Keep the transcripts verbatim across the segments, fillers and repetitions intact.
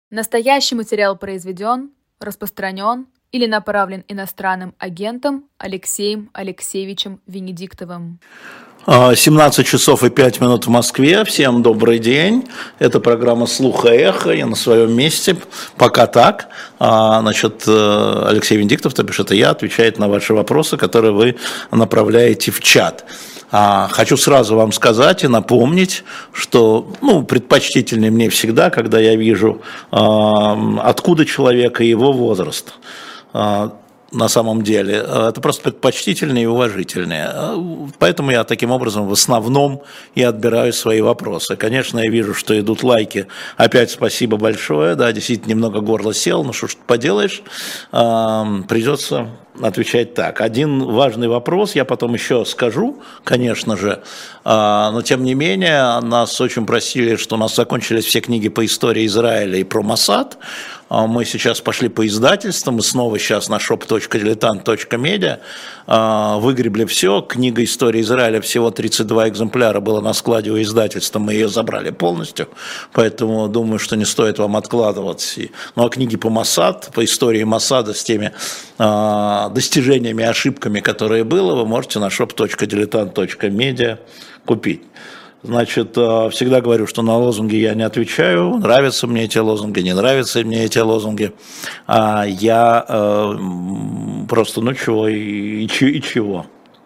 Настоящий материал произведен, распространен или направлен иностранным агентом Алексеем Алексеевичем Венедиктовым. семнадцать часов и пять минут в Москве. Всем добрый день. Это программа «Слух и эхо». Я на своем месте. Пока так. Значит, Алексей Венедиктов, то бишь это я, отвечает на ваши вопросы, которые вы направляете в чат. Хочу сразу вам сказать и напомнить, что ну, предпочтительнее мне всегда, когда я вижу, откуда человек и его возраст. На самом деле, это просто предпочтительнее и уважительнее. Поэтому я таким образом в основном и отбираю свои вопросы. Конечно, я вижу, что идут лайки. Опять спасибо большое. Да, действительно, немного горло сел, но что ж поделаешь, придется отвечать так. Один важный вопрос, я потом еще скажу, конечно же, но тем не менее, нас очень просили, что у нас закончились все книги по истории Израиля и про Моссад. Мы сейчас пошли по издательствам, и снова сейчас на шоп точка дилетант точка медиа выгребли все. Книга «История Израиля» всего тридцать два экземпляра было на складе у издательства, мы ее забрали полностью, поэтому думаю, что не стоит вам откладывать. Ну а книги по Моссад, по истории Моссада с теми достижениями и ошибками, которые было, вы можете на шоп точка дилетант точка медиа купить. Значит, всегда говорю, что на лозунги я не отвечаю, нравятся мне эти лозунги, не нравятся мне эти лозунги. А я э, просто, ну чего, и, и, и чего.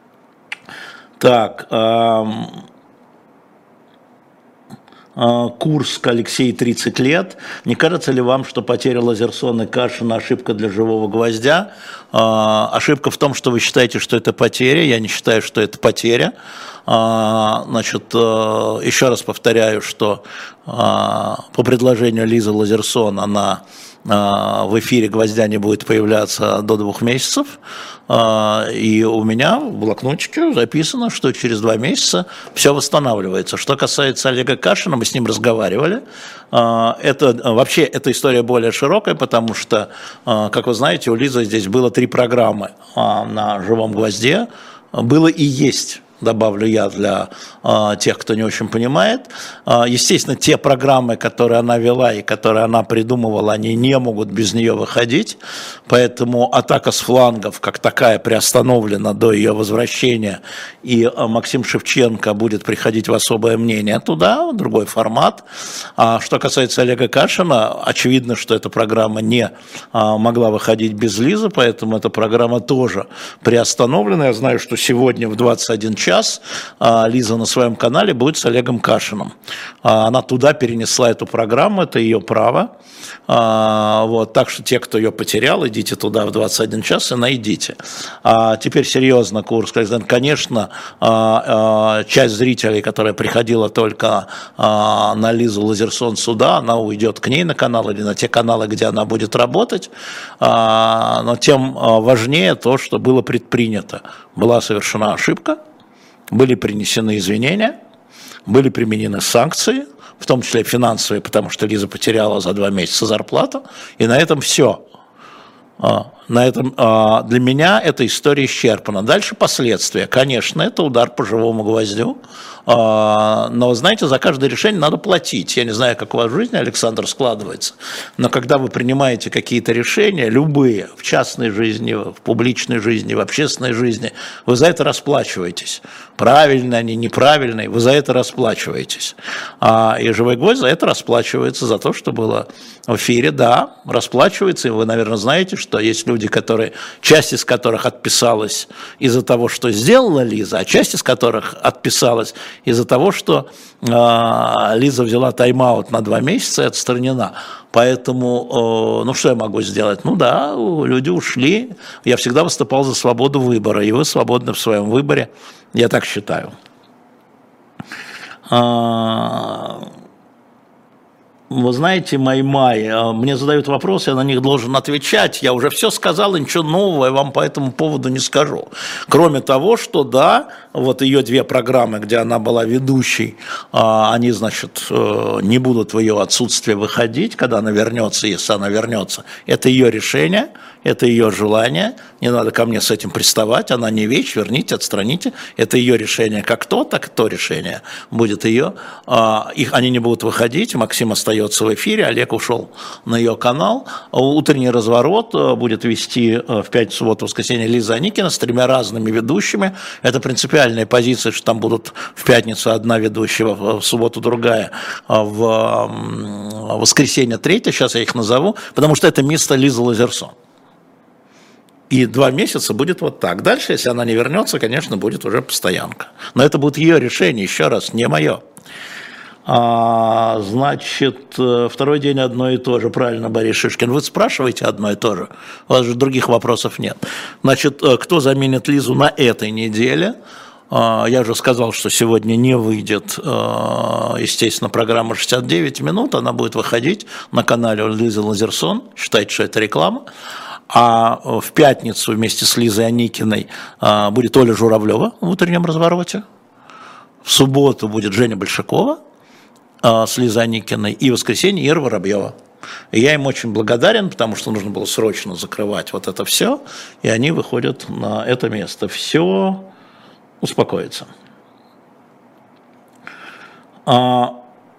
Так, э, э, Курск, Алексей, тридцать лет. Не кажется ли вам, что потеря Лазерсона и Кашина ошибка для живого гвоздя? Э, ошибка в том, что вы считаете, что это потеря. Я не считаю, что это потеря. Значит, еще раз повторяю, что по предложению Лизы Лазерсон она в эфире «Гвоздя» не будет появляться до двух месяцев. И у меня в блокнотике записано, что через два месяца все восстанавливается. Что касается Олега Кашина, мы с ним разговаривали. Это, вообще эта история более широкая, потому что, как вы знаете, у Лизы здесь было три программы на «Живом гвозде». Было и есть. Добавлю я для э, тех, кто не очень понимает. Э, естественно, те программы, которые она вела и которые она придумывала, они не могут без нее выходить. Поэтому атака с флангов как такая приостановлена до ее возвращения. И э, Максим Шевченко будет приходить в особое мнение туда, другой формат. А что касается Олега Кашина, очевидно, что эта программа не э, могла выходить без Лизы, поэтому эта программа тоже приостановлена. Я знаю, что сегодня в двадцать один час Лиза на своем канале будет с Олегом Кашиным. Она туда перенесла эту программу, это ее право. Вот, так что те, кто ее потерял, идите туда в двадцать один час и найдите. А теперь серьезно, Курск. Конечно, часть зрителей, которая приходила только на Лизу Лазерсон сюда, она уйдет к ней на канал или на те каналы, где она будет работать. Но тем важнее то, что было предпринято. Была совершена ошибка. Были принесены извинения, были применены санкции, в том числе финансовые, потому что Лиза потеряла за два месяца зарплату, и на этом все. На этом, для меня эта история исчерпана. Дальше последствия. Конечно, это удар по живому гвоздю, но, знаете, за каждое решение надо платить. Я не знаю, как у вас в жизни, Александр, складывается, но когда вы принимаете какие-то решения, любые, в частной жизни, в публичной жизни, в общественной жизни, вы за это расплачиваетесь. Правильные они, неправильные, вы за это расплачиваетесь. И живой гвоздь за это расплачивается, за то, что было в эфире, да, расплачивается. И вы, наверное, знаете, что есть люди, которые, часть из которых отписалась из-за того, что сделала Лиза, а часть из которых отписалась из-за того, что э, Лиза взяла тайм-аут на два месяца и отстранена. Поэтому, э, ну что я могу сделать? Ну да, люди ушли. Я всегда выступал за свободу выбора, и вы свободны в своем выборе, я так считаю. Вы знаете, Май-Май, мне задают вопросы, я на них должен отвечать. Я уже все сказал, и ничего нового я вам по этому поводу не скажу. Кроме того, что да, вот ее две программы, где она была ведущей, они, значит, не будут в ее отсутствие выходить, когда она вернется, если она вернется. Это ее решение, это ее желание, не надо ко мне с этим приставать, она не вещь, верните, отстраните, это ее решение, как то, так и то решение будет ее. Их, они не будут выходить, Максим остается в эфире, Олег ушел на ее канал, утренний разворот будет вести в пятницу, субботу, воскресенье Лиза Аникина с тремя разными ведущими, это принципиальная позиция, что там будут в пятницу одна ведущая, в субботу другая, в воскресенье третья, сейчас я их назову, потому что это место Лизы Лазерсон. И два месяца будет вот так. Дальше, если она не вернется, конечно, будет уже постоянка. Но это будет ее решение, еще раз, не мое. А, значит, второй день одно и то же, правильно, Борис Шишкин. Вы спрашиваете одно и то же, у вас же других вопросов нет. Значит, кто заменит Лизу на этой неделе? Я уже сказал, что сегодня не выйдет, естественно, программа шестьдесят девять минут, она будет выходить на канале Лизы Лазерсон, считайте, что это реклама. А в пятницу вместе с Лизой Аникиной будет Оля Журавлева в утреннем развороте. В субботу будет Женя Большакова с Лизой Аникиной. И в воскресенье Ира Воробьева. И я им очень благодарен, потому что нужно было срочно закрывать вот это все. И они выходят на это место. Все успокоится. А,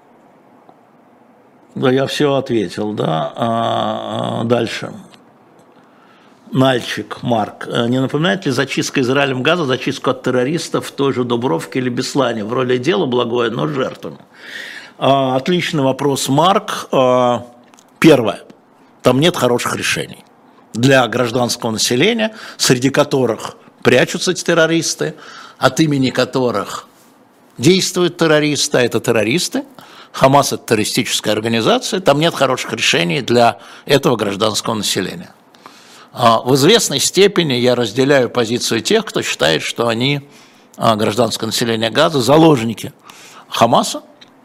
да, я все ответил, да. А, дальше. Нальчик Марк. Не напоминает ли зачистка Израилем газа зачистку от террористов в той же Дубровке или Беслане? В роли дела благое, но жертвами. Отличный вопрос, Марк. Первое. Там нет хороших решений для гражданского населения, среди которых прячутся террористы, от имени которых действуют террористы, а это террористы. Хамас – это террористическая организация. Там нет хороших решений для этого гражданского населения. В известной степени я разделяю позицию тех, кто считает, что они, гражданское население Газа, заложники Хамаса.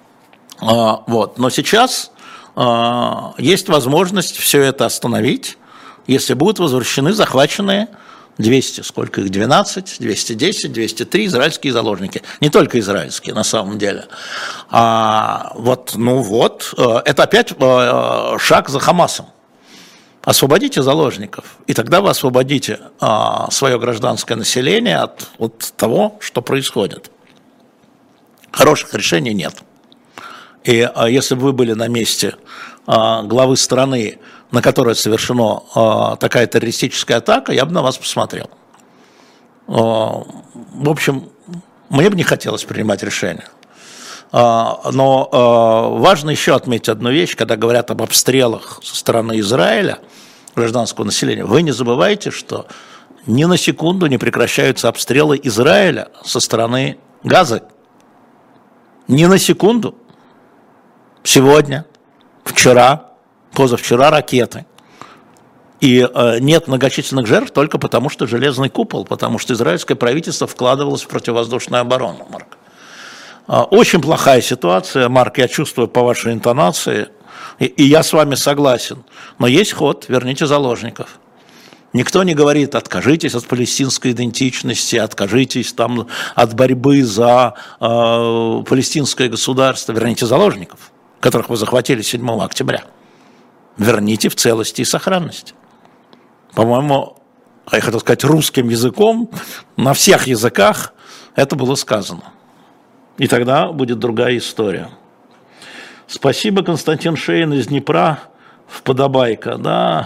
Вот. Но сейчас есть возможность все это остановить, если будут возвращены захваченные двести, сколько их, двенадцать, двести десять, двести три израильские заложники. Не только израильские, на самом деле. А, вот, ну вот, это опять шаг за Хамасом. Освободите заложников, и тогда вы освободите а, свое гражданское население от, от того, что происходит. Хороших решений нет. И а, если бы вы были на месте а, главы страны, на которой совершена а, такая террористическая атака, я бы на вас посмотрел. А, в общем, мне бы не хотелось принимать решения. А, но а, важно еще отметить одну вещь, когда говорят об обстрелах со стороны Израиля, гражданского населения, вы не забывайте, что ни на секунду не прекращаются обстрелы Израиля со стороны Газы. Ни на секунду. Сегодня, вчера, позавчера ракеты. И э, нет многочисленных жертв только потому, что железный купол, потому что израильское правительство вкладывалось в противовоздушную оборону, Марк. Э, очень плохая ситуация, Марк, я чувствую по вашей интонации, и, и я с вами согласен. Но есть ход, верните заложников. Никто не говорит, откажитесь от палестинской идентичности, откажитесь там, от борьбы за э, палестинское государство, верните заложников, которых вы захватили седьмого октября. Верните в целости и сохранности. По-моему, я хотел сказать русским языком, на всех языках это было сказано. И тогда будет другая история. Спасибо, Константин Шейн из Днепра в Подобайка. Да.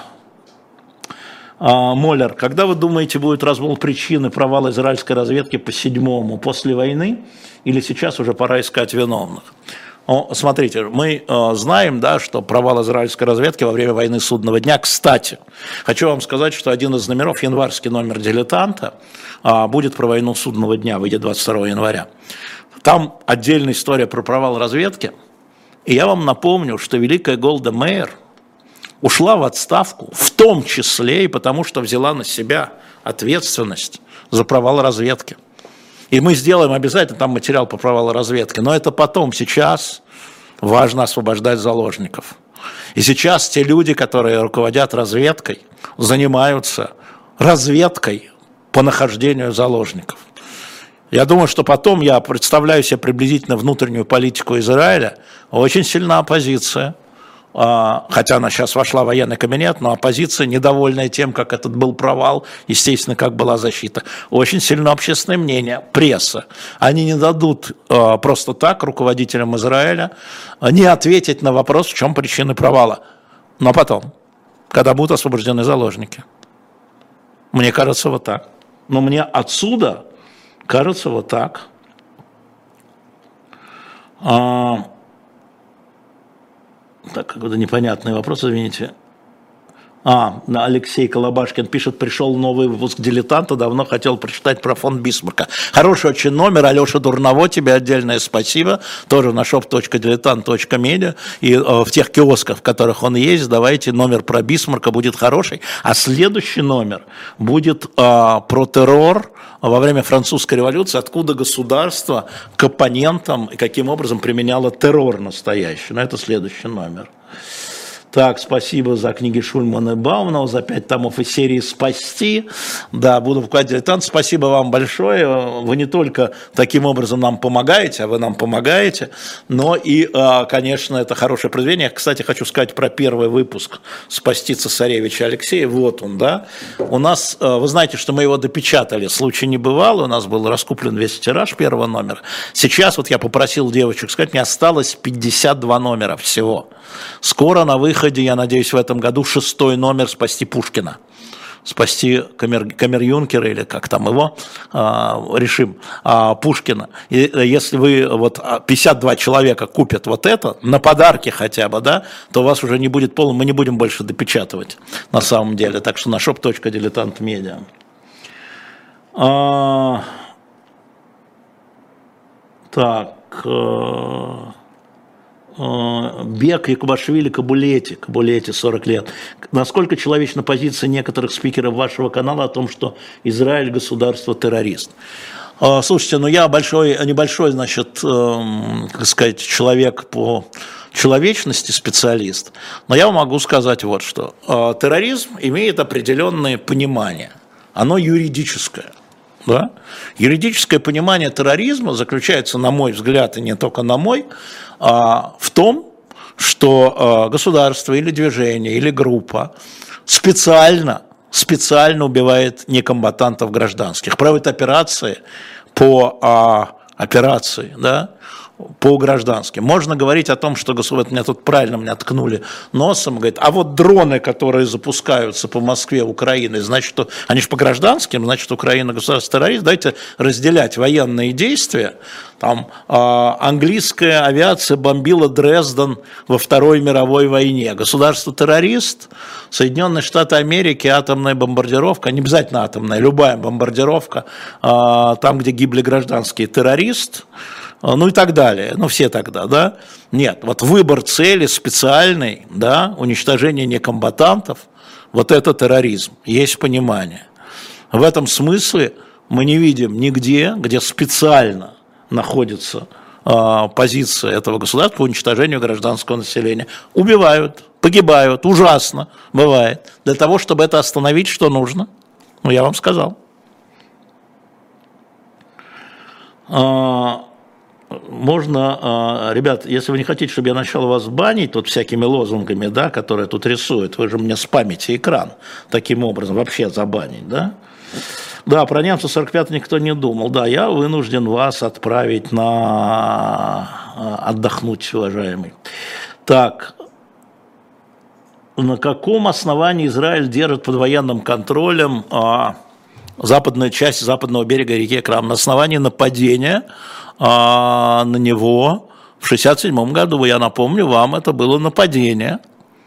А, Моллер, когда вы думаете, будет разбол причины провала израильской разведки по седьмому, после войны, или сейчас уже пора искать виновных? О, смотрите, мы э, знаем, да, что провал израильской разведки во время войны Судного дня. Кстати, хочу вам сказать, что один из номеров, январский номер «Дилетанта», э, будет про войну Судного дня, выйдет двадцать второго января. Там отдельная история про провал разведки. И я вам напомню, что великая Голда Меир ушла в отставку, в том числе и потому, что взяла на себя ответственность за провал разведки. И мы сделаем обязательно там материал по провалу разведки, но это потом, сейчас важно освобождать заложников. И сейчас те люди, которые руководят разведкой, занимаются разведкой по нахождению заложников. Я думаю, что потом я представляю себе приблизительно внутреннюю политику Израиля. Очень сильна оппозиция. Хотя она сейчас вошла в военный кабинет, но оппозиция, недовольная тем, как этот был провал, естественно, как была защита. Очень сильно общественное мнение, пресса. Они не дадут э, просто так руководителям Израиля не ответить на вопрос, в чем причины провала. Но потом, когда будут освобождены заложники. Мне кажется, вот так. Но мне отсюда кажется вот так. А... Так, какой-то непонятный вопрос, извините. А, Алексей Колобашкин пишет, пришел новый выпуск «Дилетанта», давно хотел прочитать про фон Бисмарка. Хороший очень номер, Алеша Дурново, тебе отдельное спасибо, тоже на шоп точка дилетант точка медиа, и э, в тех киосках, в которых он есть, давайте, номер про Бисмарка будет хороший, а следующий номер будет э, про террор во время французской революции, откуда государство к оппонентам и каким образом применяло террор настоящий. Но это следующий номер. Так, спасибо за книги Шульмана и Баумана, за пять томов из серии «Спасти». Да, буду вкладывать «Дилетант». Спасибо вам большое. Вы не только таким образом нам помогаете, а вы нам помогаете, но и, конечно, это хорошее произведение. Я, кстати, хочу сказать про первый выпуск «Спасти цесаревича Алексея». Вот он, да. У нас, вы знаете, что мы его допечатали, случай не бывал, у нас был раскуплен весь тираж первого номера. Сейчас вот я попросил девочек сказать, мне осталось пятьдесят два номера всего. Скоро на выходе, я надеюсь, в этом году шестой номер «Спасти Пушкина». Спасти камер, камер-юнкера, или как там его, а, решим, а, Пушкина. И если вы, вот, пятьдесят два человека купят вот это, на подарки хотя бы, да, то у вас уже не будет полного, мы не будем больше допечатывать на самом деле. Так что на шоп точка дилетант точка медиа. А, так... А... Бек Якубашвили Кабулети, Кабулети, сорок лет. Насколько человечна позиция некоторых спикеров вашего канала о том, что Израиль государство-террорист? Слушайте, ну я большой, небольшой, значит, как сказать, человек по человечности, специалист, но я вам могу сказать вот что. Терроризм имеет определенное понимание, оно юридическое. Да? Юридическое понимание терроризма заключается, на мой взгляд, и не только на мой, в том, что государство или движение, или группа специально, специально убивает некомбатантов гражданских, проводит операции по операции, да, по гражданским. Можно говорить о том, что государство, меня тут правильно меня ткнули носом, говорит, а вот дроны, которые запускаются по Москве, Украины, значит, что они же по гражданским, значит, Украина государство-террорист, давайте разделять военные действия. Там э, английская авиация бомбила Дрезден во Второй мировой войне. Государство-террорист, Соединенные Штаты Америки, атомная бомбардировка, не обязательно атомная, любая бомбардировка, э, там, где гибли гражданские, террорист, ну и так далее, ну все тогда, да, нет, вот выбор цели специальный, да, уничтожение некомбатантов, вот это терроризм, есть понимание. В этом смысле мы не видим нигде, где специально находится э, позиция этого государства по уничтожению гражданского населения. Убивают, погибают, ужасно бывает. Для того, чтобы это остановить, что нужно? Ну, я вам сказал. Можно, ребят, если вы не хотите, чтобы я начал вас банить тут всякими лозунгами, да, которые тут рисуют, вы же мне спамите экран таким образом, вообще забанить, да? Да, про немцев сорок пятого никто не думал. Да, я вынужден вас отправить на отдохнуть, уважаемый. Так, на каком основании Израиль держит под военным контролем а, западную часть западного берега реки Крам? На основании нападения а, на него в шестьдесят седьмом году, я напомню вам, это было нападение.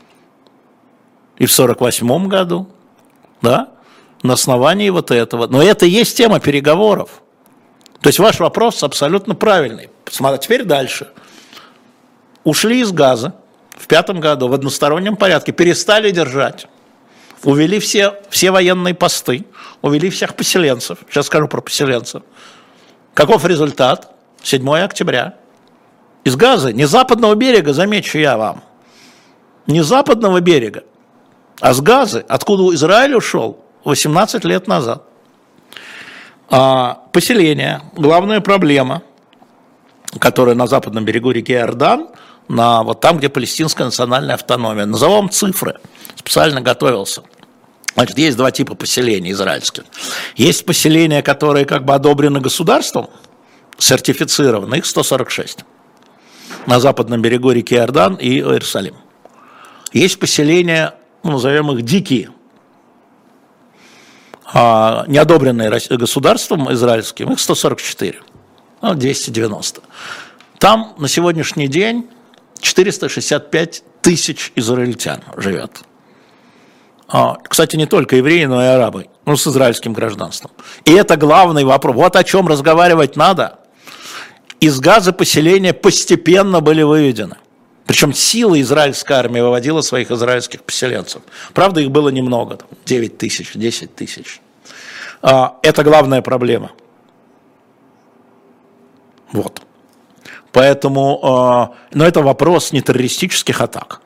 И в сорок восьмом году, да, на основании вот этого. Но это и есть тема переговоров. То есть ваш вопрос абсолютно правильный. Смотрите, теперь дальше. Ушли из Газа в пятом году в одностороннем порядке, перестали держать. Увели все, все военные посты, увели всех поселенцев. Сейчас скажу про поселенцев. Каков результат? седьмого октября. Из Газа, не западного берега, замечу я вам, не западного берега, а с Газы, откуда Израиль ушел восемнадцать лет назад. А, поселение, главная проблема, которая на западном берегу реки Иордан, на, вот там, где палестинская национальная автономия. Назову вам цифры, специально готовился. Значит, есть два типа поселений израильских. Есть поселения, которые как бы одобрены государством, сертифицированы, их сто сорок шесть. На западном берегу реки Иордан и Иерусалим. Есть поселения, ну, назовем их дикие, а, не одобренные государством израильским, их сто сорок четыре, ну, двести девяносто. Там на сегодняшний день четыреста шестьдесят пять тысяч израильтян живет. А, кстати, не только евреи, но и арабы, ну, с израильским гражданством. И это главный вопрос. Вот о чем разговаривать надо. Из Газы поселения постепенно были выведены. Причем сила израильской армии выводила своих израильских поселенцев. Правда, их было немного, девять тысяч, десять тысяч. Это главная проблема. Вот. Поэтому, но это вопрос не террористических атак.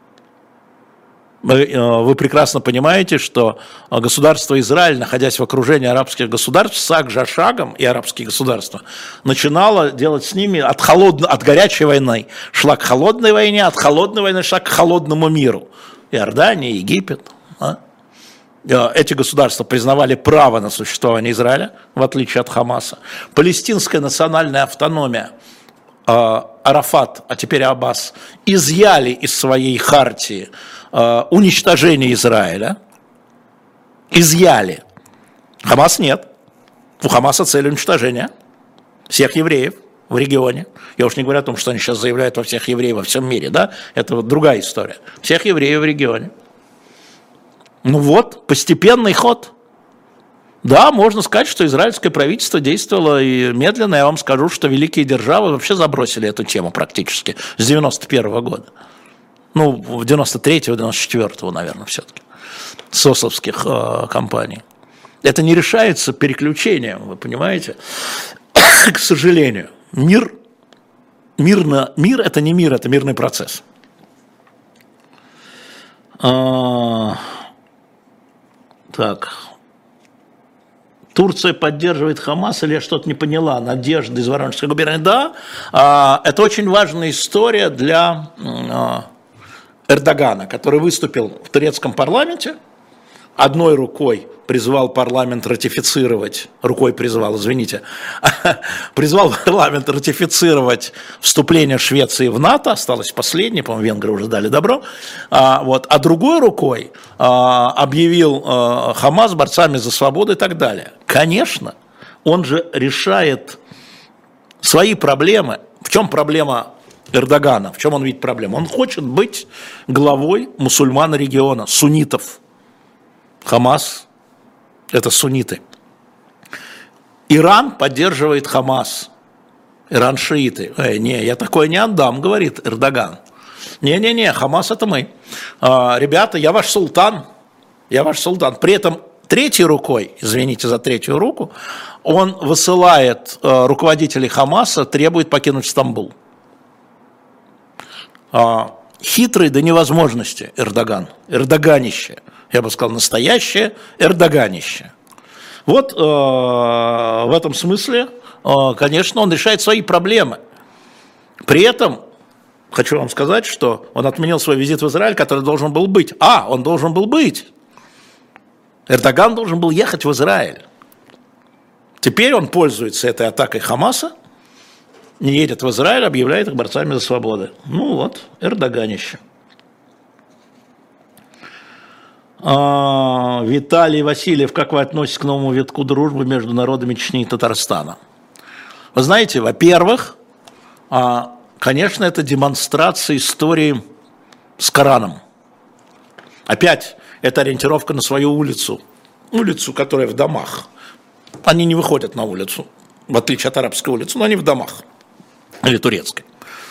Вы прекрасно понимаете, что государство Израиль, находясь в окружении арабских государств, шаг за шагом, и арабские государства, начинало делать с ними от, холодной, от горячей войны, шла к холодной войне, от холодной войны шла к холодному миру. Иордания, Египет. А? Эти государства признавали право на существование Израиля, в отличие от Хамаса. Палестинская национальная автономия, Арафат, а теперь Аббас, изъяли из своей хартии уничтожение Израиля, изъяли. Хамас нет. У Хамаса цель уничтожения всех евреев в регионе. Я уж не говорю о том, что они сейчас заявляют во всех евреев во всем мире, да? Это вот другая история. Всех евреев в регионе. Ну вот, постепенный ход. Да, можно сказать, что израильское правительство действовало и медленно. Я вам скажу, что великие державы вообще забросили эту тему практически с девяносто первого года. Ну, в девяносто третьего, девяносто четвёртого, наверное, все-таки, с ословских э, компаний. Это не решается переключением, вы понимаете? К сожалению. Мир, мирно, мир – это не мир, это мирный процесс. А, так. Турция поддерживает Хамас, или я что-то не поняла, Надежда из Воронежской губернии. Да, а, это очень важная история для а, Эрдогана, который выступил в турецком парламенте, одной рукой призвал парламент ратифицировать, рукой призвал, извините, призвал парламент ратифицировать вступление Швеции в НАТО, осталось последнее, по-моему, венгры уже дали добро, а, вот, а другой рукой а, объявил а, Хамас борцами за свободу и так далее. Конечно, он же решает свои проблемы. В чем проблема Эрдогана? В чем он видит проблему? Он хочет быть главой мусульман региона, суннитов. Хамас – это сунниты. Иран поддерживает Хамас. Иран шииты. Эй, не, я такое не отдам, говорит Эрдоган. Не-не-не, Хамас – это мы. А, ребята, я ваш султан. Я ваш султан. При этом третьей рукой, извините за третью руку, он высылает а, руководителей Хамаса, требует покинуть Стамбул. А, хитрый до невозможности Эрдоган. Эрдоганище. Я бы сказал, настоящее эрдоганище. Вот э, в этом смысле, э, конечно, он решает свои проблемы. При этом, хочу вам сказать, что он отменил свой визит в Израиль, который должен был быть. А, он должен был быть. Эрдоган должен был ехать в Израиль. Теперь он пользуется этой атакой Хамаса, не едет в Израиль, объявляет их борцами за свободу. Ну вот, эрдоганище. Виталий Васильев, как вы относитесь к новому витку дружбы между народами Чечни и Татарстана? Вы знаете, во-первых, конечно, это демонстрация истории с Кораном. Опять, это ориентировка на свою улицу, улицу, которая в домах. Они не выходят на улицу, в отличие от арабской улицы, но они в домах, или турецкой.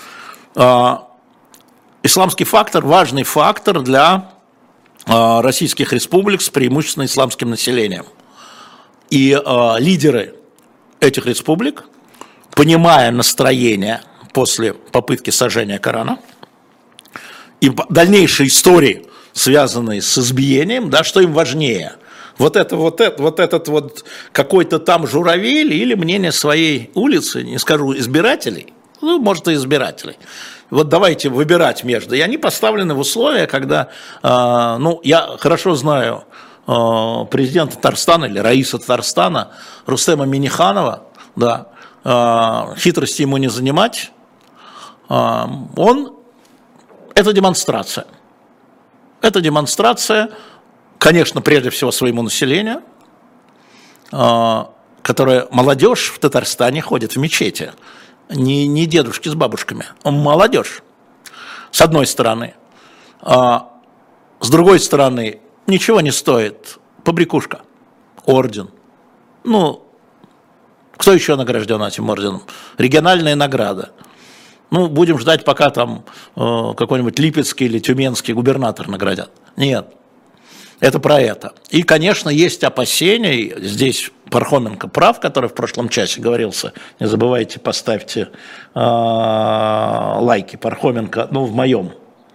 Исламский фактор – важный фактор для российских республик с преимущественно исламским населением. И э, лидеры этих республик, понимая настроение после попытки сожжения Корана и дальнейшие истории, связанные с избиением, да, что им важнее, Вот, это, вот, это, вот этот вот какой-то там журавель или мнение своей улицы, не скажу избирателей, ну, может, и избирателей. Вот давайте выбирать между. И они поставлены в условия, когда, э, ну, я хорошо знаю э, президента Татарстана или Раиса Татарстана, Рустема Минниханова, да, э, хитрости ему не занимать, э, он, это демонстрация. Это демонстрация, конечно, прежде всего своему населению, э, которое молодежь в Татарстане ходит в мечети. Не, не дедушки с бабушками, а молодежь, с одной стороны. А с другой стороны, ничего не стоит побрякушка, орден. Ну, кто еще награжден этим орденом? Региональная награда. Ну, будем ждать, пока там э, какой-нибудь липецкий или тюменский губернатор наградят. Нет. Это про это. И, конечно, есть опасения, здесь Пархоменко прав, который в прошлом часе говорился, не забывайте, поставьте э, лайки Пархоменко, ну, в моем.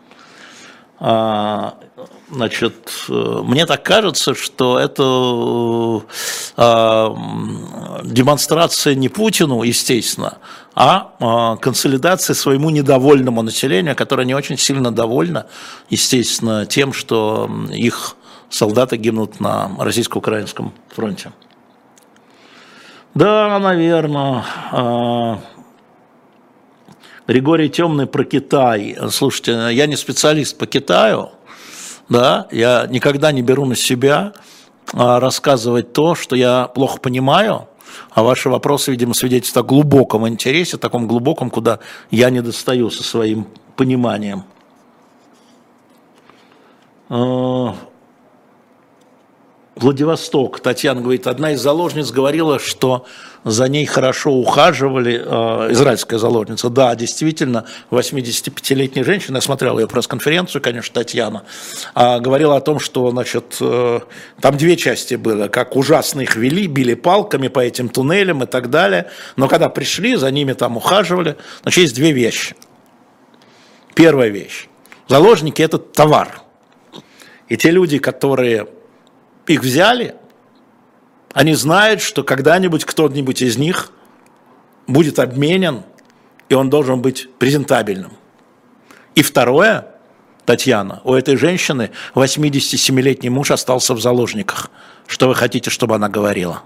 Э, значит, э, мне так кажется, что это э, демонстрация не Путину, естественно, а э, консолидация своему недовольному населению, которое не очень сильно довольно, естественно, тем, что их солдаты гибнут на российско-украинском фронте. Да, наверное. Григорий Темный про Китай. Слушайте, я не специалист по Китаю, да, я никогда не беру на себя рассказывать то, что я плохо понимаю, а ваши вопросы, видимо, свидетельствуют о глубоком интересе, таком глубоком, куда я не достаю со своим пониманием. Владивосток. Татьяна говорит, одна из заложниц говорила, что за ней хорошо ухаживали, э, израильская заложница. Да, действительно, восьмидесятипятилетняя женщина, я смотрел ее пресс-конференцию, конечно, Татьяна, э, говорила о том, что, значит, э, там две части было, как ужасно их вели, били палками по этим туннелям и так далее, но когда пришли, за ними там ухаживали. Значит, есть две вещи. Первая вещь. Заложники – это товар. И те люди, которые их взяли, они знают, что когда-нибудь кто-нибудь из них будет обменен, и он должен быть презентабельным. И второе, Татьяна, у этой женщины восьмидесятисемилетний муж остался в заложниках. Что вы хотите, чтобы она говорила?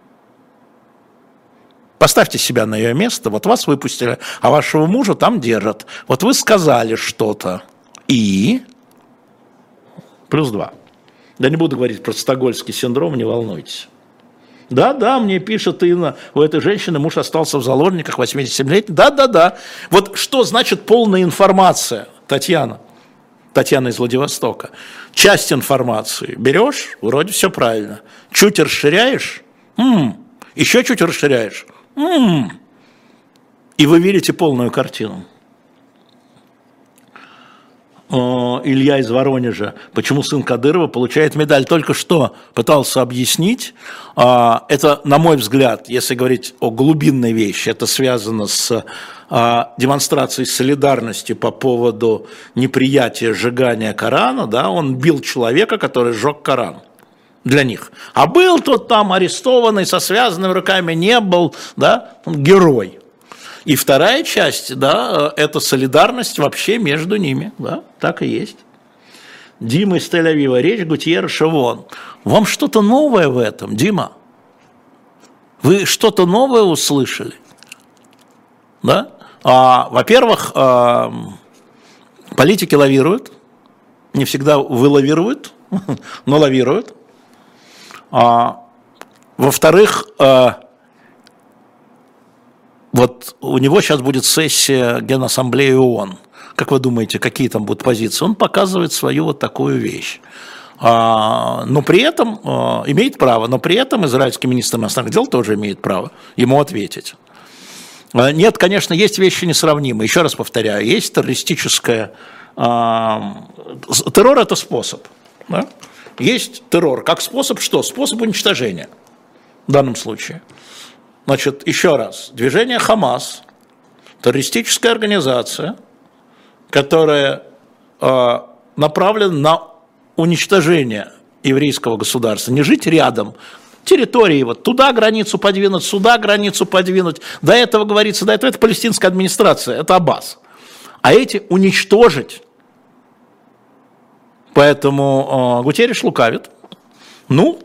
Поставьте себя на ее место, вот вас выпустили, а вашего мужа там держат. Вот вы сказали что-то, и плюс два. Да не буду говорить про стокгольмский синдром, не волнуйтесь. Да, да, мне пишет Инна, у этой женщины муж остался в заложниках, восьмидесятисемилетний. Да, да, да. Вот что значит полная информация, Татьяна? Татьяна из Владивостока. Часть информации берешь, вроде все правильно. Чуть расширяешь, м-м, еще чуть расширяешь, м-м, и вы видите полную картину. Илья из Воронежа, почему сын Кадырова получает медаль, только что пытался объяснить. Это, на мой взгляд, если говорить о глубинной вещи, это связано с демонстрацией солидарности по поводу неприятия сжигания Корана. Да? Он бил человека, который сжег Коран для них. А был тот там арестованный, со связанными руками, не был, да? Он герой. И вторая часть, да, это солидарность вообще между ними, да, так и есть. Дима из Тель-Авива, речь Гутьерреша Шевон. Вам что-то новое в этом, Дима? Вы что-то новое услышали? Да? А, во-первых, а, политики лавируют, не всегда вылавируют, но лавируют. А, во-вторых, а, вот у него сейчас будет сессия Генассамблеи ООН. Как вы думаете, какие там будут позиции? Он показывает свою вот такую вещь. А, но при этом а, имеет право, но при этом израильский министр иностранных дел тоже имеет право ему ответить. А, нет, конечно, есть вещи несравнимые. Еще раз повторяю, есть террористическая... А, террор – это способ. Да? Есть террор. Как способ что? Способ уничтожения в данном случае. Значит, еще раз, движение Хамас, террористическая организация, которая э, направлена на уничтожение еврейского государства, не жить рядом, территории, вот туда границу подвинуть, сюда границу подвинуть, до этого говорится, до этого это палестинская администрация, это Аббас. А эти уничтожить. Поэтому э, Гутерриш лукавит. Ну,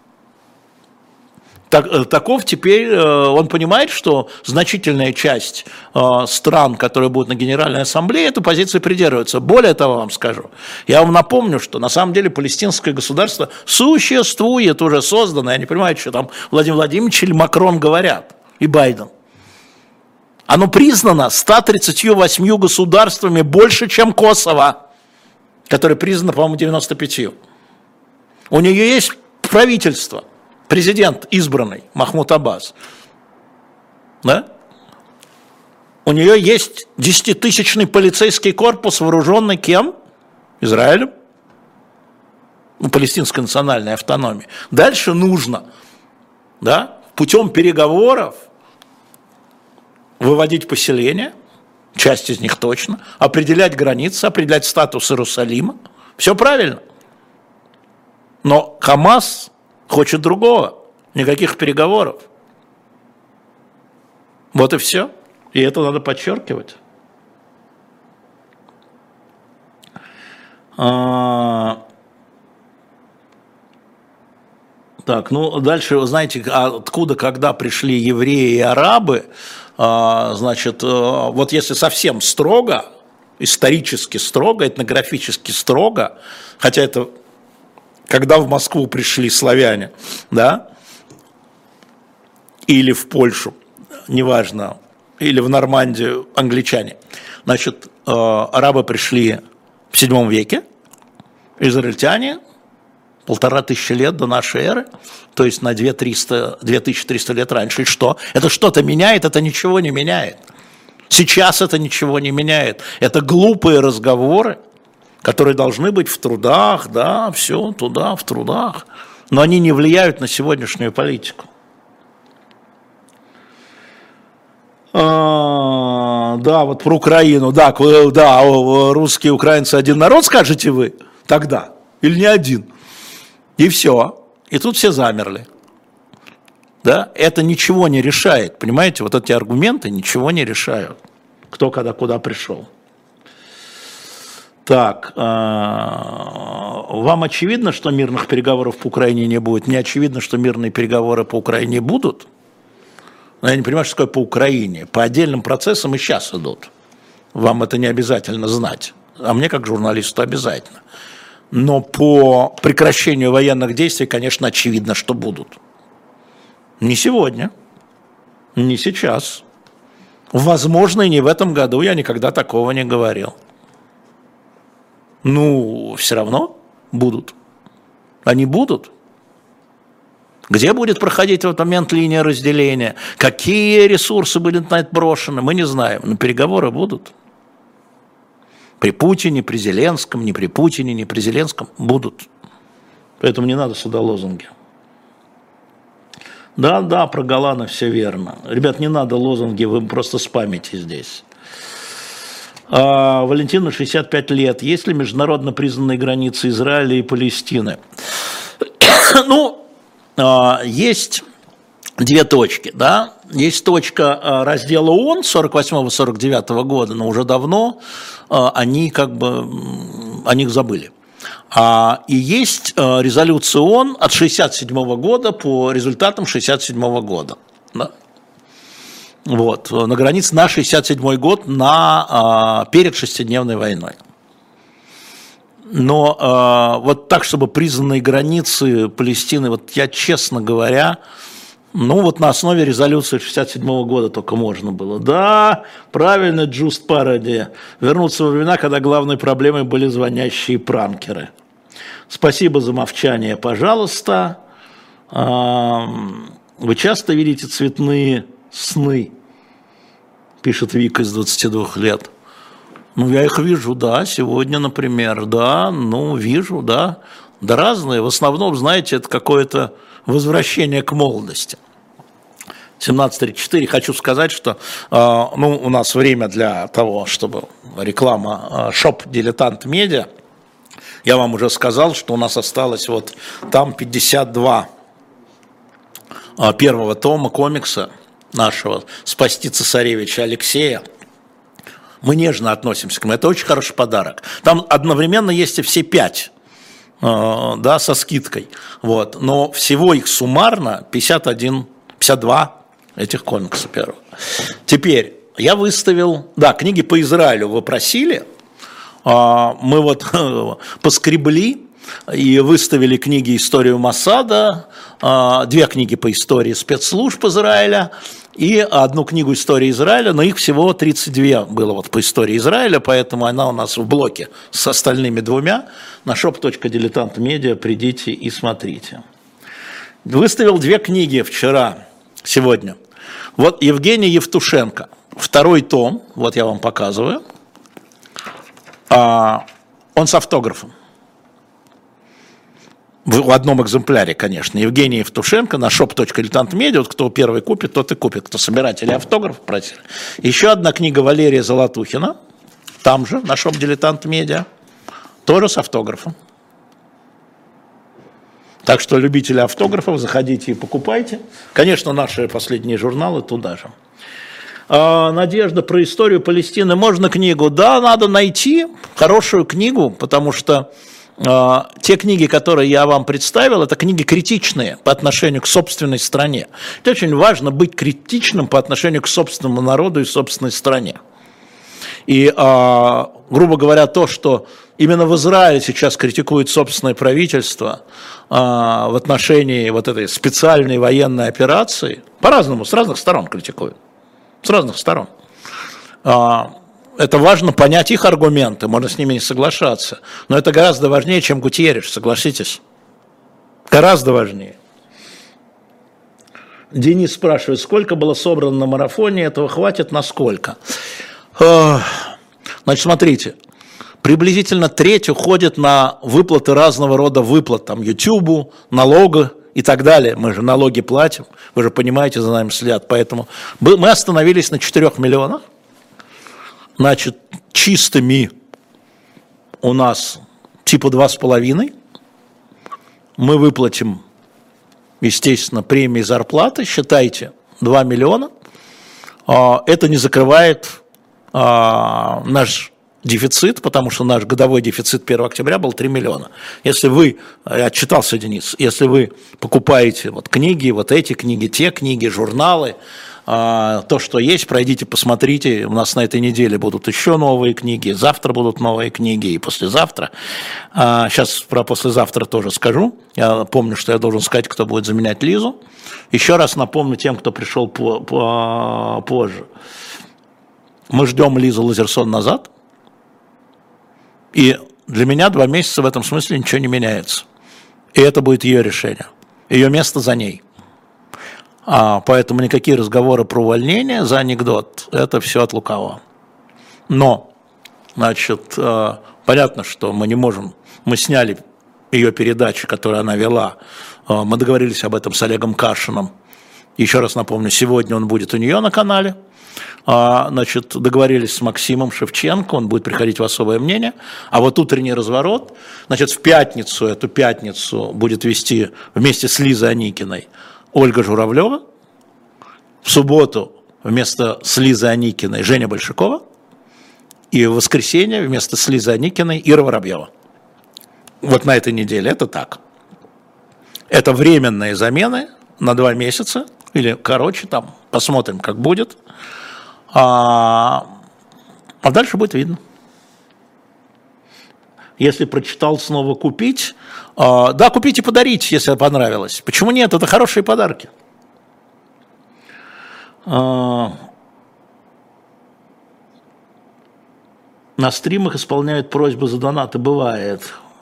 так, таков теперь, э, он понимает, что значительная часть э, стран, которые будут на Генеральной Ассамблее, этой позиции придерживаются. Более того, вам скажу, я вам напомню, что на самом деле палестинское государство существует, уже создано. Я не понимаю, что там Владимир Владимирович или Макрон говорят, и Байден. Оно признано ста тридцатью восьмью государствами больше, чем Косово, которое признано, по-моему, девяносто пятью. У нее есть правительство, президент избранный, Махмуд Аббас. Да? У нее есть десятитысячный полицейский корпус, вооруженный кем? Израилем. Ну, палестинской национальной автономии. Дальше нужно, да, путем переговоров выводить поселения, часть из них точно, определять границы, определять статус Иерусалима. Все правильно. Но Хамас хочет другого. Никаких переговоров. Вот и все. И это надо подчеркивать. А... Так, ну дальше, вы знаете, откуда, когда пришли евреи и арабы, значит, вот если совсем строго, исторически строго, этнографически строго, хотя это когда в Москву пришли славяне, да, или в Польшу, неважно, или в Нормандию англичане, значит, арабы пришли в седьмом веке, израильтяне полтора тысячи лет до нашей эры, то есть на две тысячи триста лет раньше. И что? Это что-то меняет? Это ничего не меняет. Сейчас это ничего не меняет. Это глупые разговоры, которые должны быть в трудах, да, все туда, в трудах, но они не влияют на сегодняшнюю политику. А, да, вот про Украину, да, да, русские и украинцы один народ, скажете вы, тогда, или не один? И все. И тут все замерли. Да? Это ничего не решает. Понимаете, вот эти аргументы ничего не решают. Кто когда куда пришел. Так, вам очевидно, что мирных переговоров по Украине не будет? Мне очевидно, что мирные переговоры по Украине будут. Но я не понимаю, что такое по Украине. По отдельным процессам и сейчас идут. Вам это не обязательно знать. А мне, как журналисту, обязательно. Но по прекращению военных действий, конечно, очевидно, что будут. Не сегодня, не сейчас. Возможно, и не в этом году, я никогда такого не говорил. Ну, все равно будут. Они будут. Где будет проходить в этот момент линия разделения? Какие ресурсы будут на это брошены? Мы не знаем, но переговоры будут. При Путине, при Зеленском, не при Путине, не при Зеленском будут. Поэтому не надо сюда лозунги. Да, да, про Голана все верно. Ребят, не надо лозунги, вы просто спамите здесь. А, Валентину шестьдесят пять лет. Есть ли международно признанные границы Израиля и Палестины? Ну, а, есть две точки, да. Есть точка раздела ООН сорок восьмого — сорок девятого года, но уже давно они как бы о них забыли. И есть резолюция ООН от шестьдесят седьмого года по результатам шестьдесят седьмого года. Да. Вот, на границе на шестьдесят седьмой год, на, перед шестидневной войной. Но вот так, чтобы признанные границы Палестины, вот я, честно говоря, ну вот на основе резолюции шестьдесят седьмого года только можно было. Да, правильно, Just Parody. Вернуться во времена, когда главной проблемой были звонящие пранкеры. Спасибо за молчание, пожалуйста. Вы часто видите цветные сны? Пишет Вика из двадцати двух лет. Ну, я их вижу, да, сегодня, например, да, ну, вижу, да. Да разные, в основном, знаете, это какое-то возвращение к молодости. семнадцать тридцать четыре. Хочу сказать, что э, ну, у нас время для того, чтобы реклама э, шоп «Дилетант Медиа». Я вам уже сказал, что у нас осталось вот там пятьдесят два первого тома комикса нашего «Спасти цесаревича Алексея». Мы нежно относимся к нему. Это очень хороший подарок. Там одновременно есть и все пять, да, со скидкой. Вот. Но всего их суммарно пятьдесят один, пятьдесят два этих комикса первого. Теперь я выставил, да, книги по Израилю вы просили. Мы вот поскребли и выставили книги «Историю Моссада», две книги по истории спецслужб Израиля и одну книгу «Истории Израиля», но их всего тридцать два было вот по истории Израиля, поэтому она у нас в блоке с остальными двумя. На shop точка дилетант медиа придите и смотрите. Выставил две книги вчера, сегодня. Вот Евгений Евтушенко, второй том, вот я вам показываю. А, он с автографом. В одном экземпляре, конечно. Евгений Евтушенко на shop точка дилетант медиа. Вот кто первый купит, тот и купит. Кто собиратели автографов просили. Еще одна книга Валерия Золотухина. Там же, на shop дилетант медиа. Тоже с автографом. Так что любители автографов, заходите и покупайте. Конечно, наши последние журналы туда же. Надежда про историю Палестины. Можно книгу? Да, надо найти хорошую книгу, потому что э, те книги, которые я вам представил, это книги критичные по отношению к собственной стране. Это очень важно быть критичным по отношению к собственному народу и собственной стране. И, э, грубо говоря, то, что именно в Израиле сейчас критикует собственное правительство э, в отношении вот этой специальной военной операции, по-разному, с разных сторон критикуют. С разных сторон. Это важно понять их аргументы, можно с ними не соглашаться. Но это гораздо важнее, чем Гутьерреш, согласитесь. Гораздо важнее. Денис спрашивает, сколько было собрано на марафоне, этого хватит на сколько? Значит, смотрите, приблизительно треть уходит на выплаты разного рода выплат, там, Ютубу, налога и так далее. Мы же налоги платим, вы же понимаете, за нами следят. Поэтому мы остановились на четырёх миллионах. Значит, чистыми у нас типа два с половиной. Мы выплатим, естественно, премии зарплаты, считайте, два миллиона. Это не закрывает наш дефицит, потому что наш годовой дефицит первого октября был три миллиона. Если вы, я отчитался, Денис, если вы покупаете вот книги, вот эти книги, те книги, журналы, то, что есть, пройдите, посмотрите. У нас на этой неделе будут еще новые книги, завтра будут новые книги и послезавтра. Сейчас про послезавтра тоже скажу. Я помню, что я должен сказать, кто будет заменять Лизу. Еще раз напомню тем, кто пришел по, по, позже. Мы ждем Лизу Лазерсон назад. И для меня два месяца в этом смысле ничего не меняется. И это будет ее решение. Ее место за ней. А, поэтому никакие разговоры про увольнение за анекдот, это все от лукавого. Но, значит, э, понятно, что мы не можем, мы сняли ее передачи, которые она вела, э, мы договорились об этом с Олегом Кашиным. Еще раз напомню, сегодня он будет у нее на канале. А, значит, договорились с Максимом Шевченко, он будет приходить в особое мнение. А вот утренний разворот, значит, в пятницу, эту пятницу будет вести вместе с Лизой Аникиной Ольга Журавлева. В субботу вместо с Лизой Аникиной Женя Большакова. И в воскресенье вместо с Лизой Аникиной Ира Воробьева. Вот на этой неделе это так. Это временные замены на два месяца. Или короче, там, посмотрим, как будет. А, а дальше будет видно. Если прочитал, снова купить. А, да, купить и подарить, если понравилось. Почему нет? Это хорошие подарки. А, на стримах исполняют просьбы за донаты. Бывает.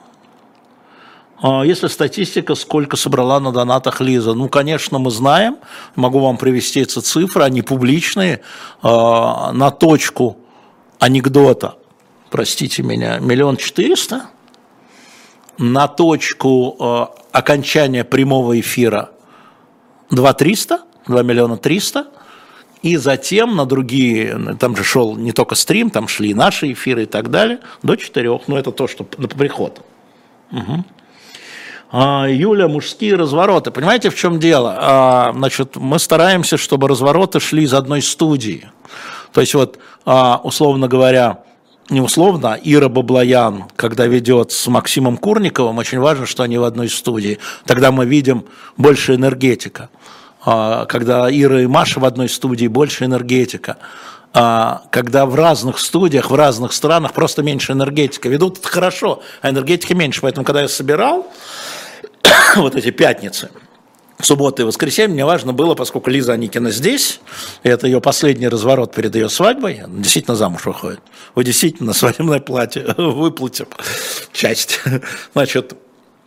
Если статистика, сколько собрала на донатах Лиза? Ну, конечно, мы знаем, могу вам привести эти цифры, они публичные, на точку анекдота, простите меня, миллион четыреста, на точку окончания прямого эфира два триста, два миллиона триста, И затем на другие, там же шел не только стрим, там шли наши эфиры и так далее, до четырех, ну это то, что на приход. Угу. А, Юля, мужские развороты. Понимаете, в чем дело? А, значит, мы стараемся, чтобы развороты шли из одной студии. То есть вот, а, условно говоря, не условно, Ира Баблоян, когда ведет с Максимом Курниковым, очень важно, что они в одной студии. Тогда мы видим больше энергетика. Когда Ира и Маша в одной студии, больше энергетика. Когда в разных студиях, в разных странах просто меньше энергетика. Ведут это хорошо, а энергетики меньше. Поэтому, когда я собирал вот эти пятницы, субботы и воскресенье, мне важно было, поскольку Лиза Аникина здесь, и это ее последний разворот перед ее свадьбой, она действительно замуж выходит. Вы действительно свадебное платье выплатим часть. Значит,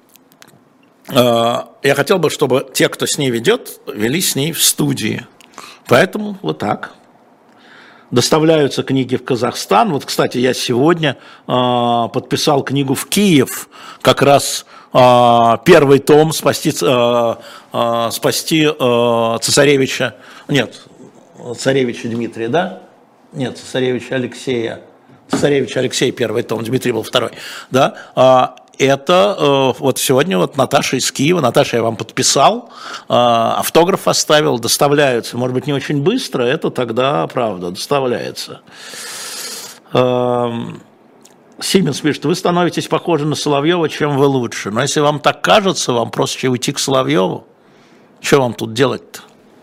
я хотел бы, чтобы те, кто с ней ведет, вели с ней в студии. Поэтому вот так. Доставляются книги в Казахстан. Вот, кстати, я сегодня подписал книгу в Киев, как раз первый том «Спасти, спасти цесаревича». Нет, царевича Дмитрия, да? Нет, цесаревича Алексея. Цесаревич Алексей первый том, Дмитрий был второй. Да? Это вот сегодня вот Наташа из Киева. Наташа, я вам подписал, автограф оставил, доставляются. Может быть, не очень быстро, это тогда, правда, доставляется. Сименс пишет, вы становитесь похожи на Соловьева, чем вы лучше. Но если вам так кажется, вам проще уйти к Соловьеву. Что вам тут делать-то?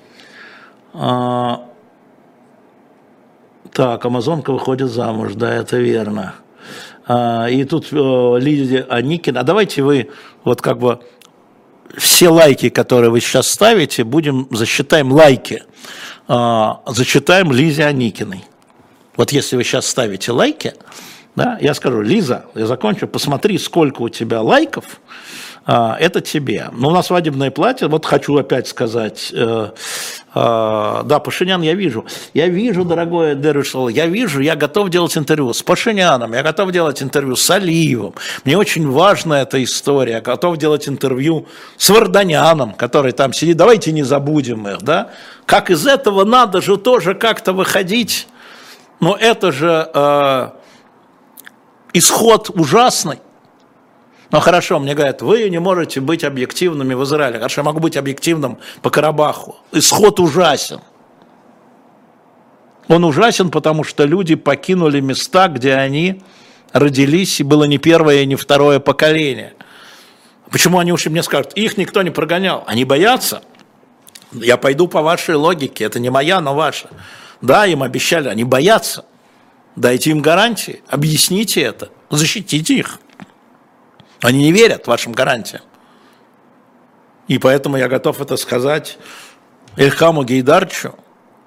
Так, амазонка выходит замуж, да, это верно. И тут Лидия Аникина. А давайте вы вот как бы все лайки, которые вы сейчас ставите, будем засчитаем лайки. Зачитаем Лизе Аникиной. Вот если вы сейчас ставите лайки, да, я скажу, Лиза, я закончу, посмотри, сколько у тебя лайков, это тебе. Но у нас свадебное платье, вот хочу опять сказать, э, э, да, Пашинян я вижу, я вижу, дорогой Дервишл, я вижу, я готов делать интервью с Пашиняном, я готов делать интервью с Алиевым, мне очень важна эта история, я готов делать интервью с Варданяном, который там сидит, давайте не забудем их, да, как из этого надо же тоже как-то выходить, но это же э, исход ужасный. Ну хорошо, мне говорят, вы не можете быть объективными в Израиле. Хорошо, я могу быть объективным по Карабаху. Исход ужасен. Он ужасен, потому что люди покинули места, где они родились, и было не первое и не второе поколение. Почему они ушли? Мне скажут, их никто не прогонял. Они боятся. Я пойду по вашей логике, это не моя, но ваша. Да, им обещали, они боятся. Дайте им гарантии, объясните это, защитите их. Они не верят вашим гарантиям. И поэтому я готов это сказать Ильхаму Гейдарчу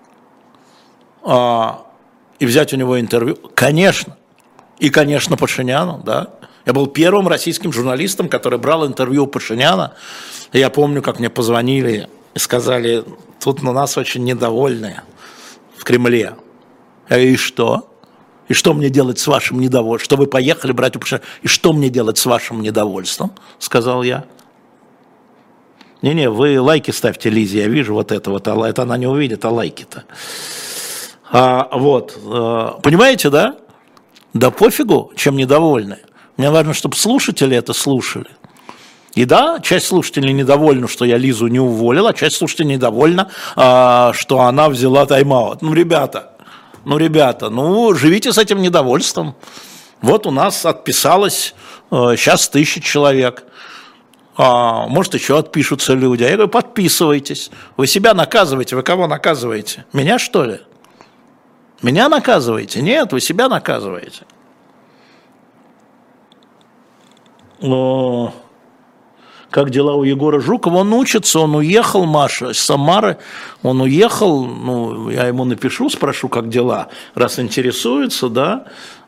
а, и взять у него интервью. Конечно. И, конечно, Пашиняну. Да. Я был первым российским журналистом, который брал интервью у Пашиняна. И я помню, как мне позвонили и сказали, тут на нас очень недовольны в Кремле. Я говорю, и что? И что мне делать с вашим недовольством? Что вы поехали брать у Пашиняна? И что мне делать с вашим недовольством? Сказал я. Не-не, вы лайки ставьте Лизе, я вижу вот это вот, это она не увидит, а лайки-то. А, вот, а, понимаете, да? Да пофигу, чем недовольны. Мне важно, чтобы слушатели это слушали. И да, часть слушателей недовольна, что я Лизу не уволил, а часть слушателей недовольна, а, что она взяла тайм-аут. Ну, ребята... Ну, ребята, ну, живите с этим недовольством. Вот у нас отписалось э, сейчас тысяча человек. А, может, еще отпишутся люди. А я говорю, подписывайтесь. Вы себя наказываете. Вы кого наказываете? Меня, что ли? Меня наказываете? Нет, вы себя наказываете. О, как дела у Егора Жукова? Он учится, он уехал, Маша, из Самары. Он уехал, ну, я ему напишу, спрошу, как дела, раз интересуется, да.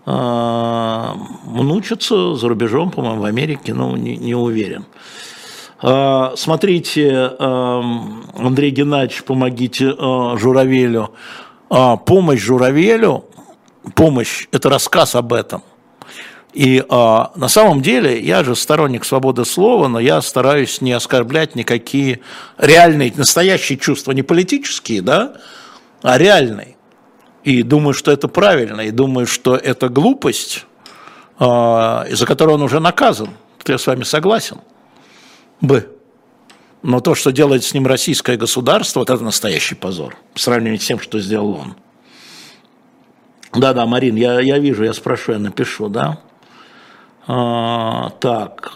Он учится за рубежом, по-моему, в Америке, но не, не уверен. Смотрите, Андрей Геннадьевич, помогите Журавелю. Помощь Журавелю, помощь – это рассказ об этом. И а, на самом деле я же сторонник свободы слова, но я стараюсь не оскорблять никакие реальные, настоящие чувства, не политические, да, а реальный. И думаю, что это правильно, и думаю, что это глупость, из-за которой он уже наказан. Я с вами согласен. Б. Но то, что делает с ним российское государство, вот это настоящий позор в сравнении с тем, что сделал он. Да-да, Марин, я, я вижу, я спрошу, я напишу, да? А, так.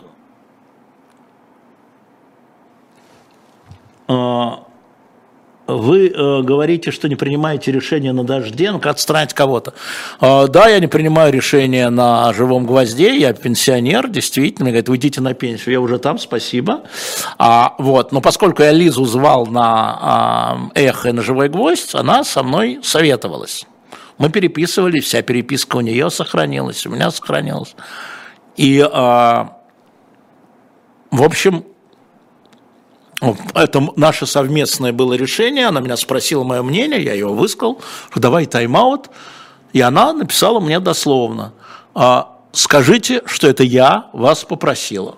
А, Вы э, говорите, что не принимаете решение на Дожденко отстранить кого-то. Э, да, я не принимаю решение на Живом гвозде, я пенсионер, действительно. Мне говорят, уйдите на пенсию, я уже там, спасибо. А, вот. Но поскольку я Лизу звал на э, Эхо и на Живой гвоздь, она со мной советовалась. Мы переписывались, вся переписка у нее сохранилась, у меня сохранилась. И, э, в общем... Это наше совместное было решение, она меня спросила мое мнение, я его высказал, что давай тайм-аут, и она написала мне дословно, скажите, что это я вас попросила.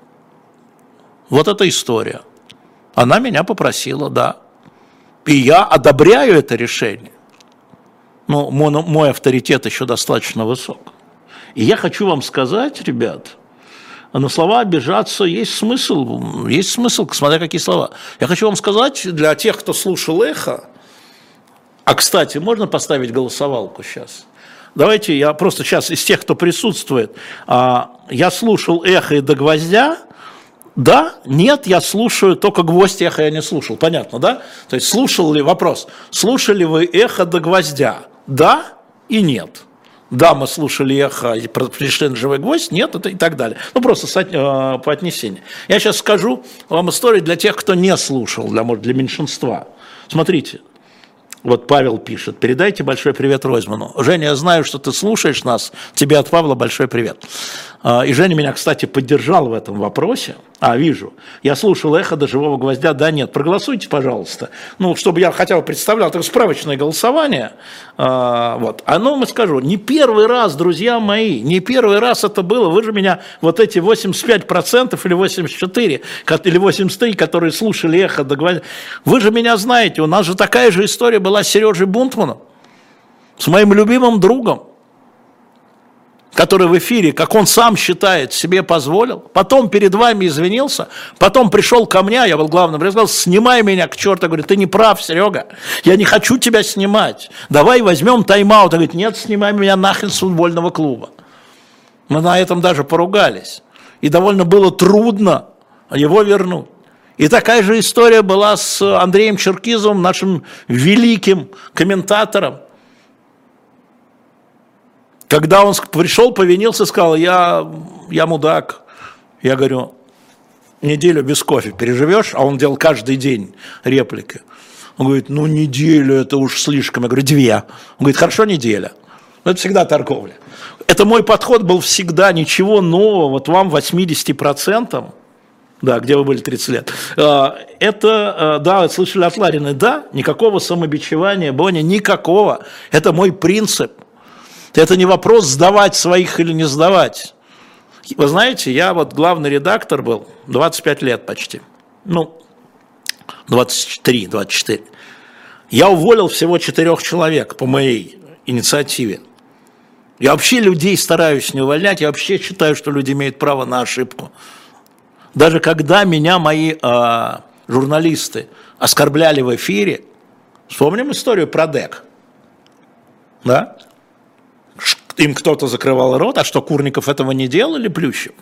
Вот эта история. Она меня попросила, да. И я одобряю это решение. Ну, мой, мой авторитет еще достаточно высок. И я хочу вам сказать, ребят, на слова обижаться есть смысл, есть смысл, смотря какие слова. Я хочу вам сказать, для тех, кто слушал «Эхо», а, кстати, можно поставить голосовалку сейчас? Давайте я просто сейчас из тех, кто присутствует, я слушал «Эхо» и «До гвоздя», да, нет, я слушаю, только «Гвоздь», «Эхо» я не слушал, понятно, да? То есть слушал ли, вопрос, слушали вы «Эхо» до гвоздя? Да и нет. Да, мы слушали «Эхо», пришли на «Живой гвоздь», нет, это и так далее. Ну, просто по отнесению. Я сейчас скажу вам историю для тех, кто не слушал, для, может, для меньшинства. Смотрите, вот Павел пишет, передайте большой привет Ройзману. Женя, я знаю, что ты слушаешь нас, тебе от Павла большой привет. И Женя меня, кстати, поддержал в этом вопросе. А, вижу. Я слушал «Эхо» до «Живого гвоздя». Да, нет. Проголосуйте, пожалуйста. Ну, чтобы я хотя бы представлял. Это справочное голосование. А, вот. Оно, мы скажу, не первый раз, друзья мои, не первый раз это было. Вы же меня, вот эти восемьдесят пять процентов или восемьдесят четыре процента, или восемьдесят три процента, которые слушали «Эхо» до гвоздя. Вы же меня знаете. У нас же такая же история была с Сережей Бунтманом, с моим любимым другом, который в эфире, как он сам считает, себе позволил, потом перед вами извинился, потом пришел ко мне, я был главным, я сказал, снимай меня к черту. Я говорю, ты не прав, Серега, я не хочу тебя снимать, давай возьмем тайм-аут. Он говорит, нет, снимай меня нахрен с футбольного клуба. Мы на этом даже поругались, и довольно было трудно его вернуть. И такая же история была с Андреем Черкизовым, нашим великим комментатором. Когда он пришел, повинился, сказал, я, я мудак. Я говорю, неделю без кофе переживешь? А он делал каждый день реплики. Он говорит, ну неделю это уж слишком. Я говорю, две. Он говорит, хорошо, неделя. Но это всегда торговля. Это мой подход был всегда, ничего нового. Вот вам восемьдесят процентов, да, где вы были тридцать лет, это, да, слышали от Ларины, да, никакого самобичевания, Боня, никакого. Это мой принцип. Это не вопрос, сдавать своих или не сдавать. Вы знаете, я вот главный редактор был двадцать пять лет почти. Ну, двадцать три двадцать четыре. Я уволил всего четырех человек по моей инициативе. Я вообще людей стараюсь не увольнять, я вообще считаю, что люди имеют право на ошибку. Даже когда меня мои э, журналисты оскорбляли в эфире, вспомним историю про ДЭК, да? Им кто-то закрывал рот, а что, Курников этого не делал или Плющев?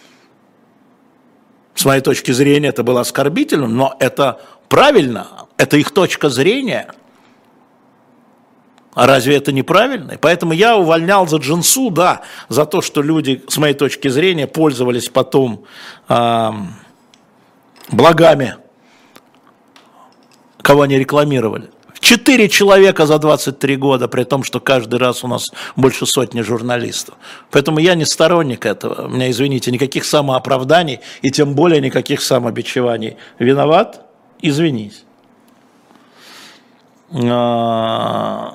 С моей точки зрения это было оскорбительным, но это правильно, это их точка зрения. А разве это неправильно? Поэтому я увольнял за джинсу, да, за то, что люди, с моей точки зрения, пользовались потом э, благами, кого они рекламировали. Четыре человека за двадцать три года, при том, что каждый раз у нас больше сотни журналистов. Поэтому я не сторонник этого. У меня, извините, никаких самооправданий и тем более никаких самобичеваний. Виноват? Извинись. А,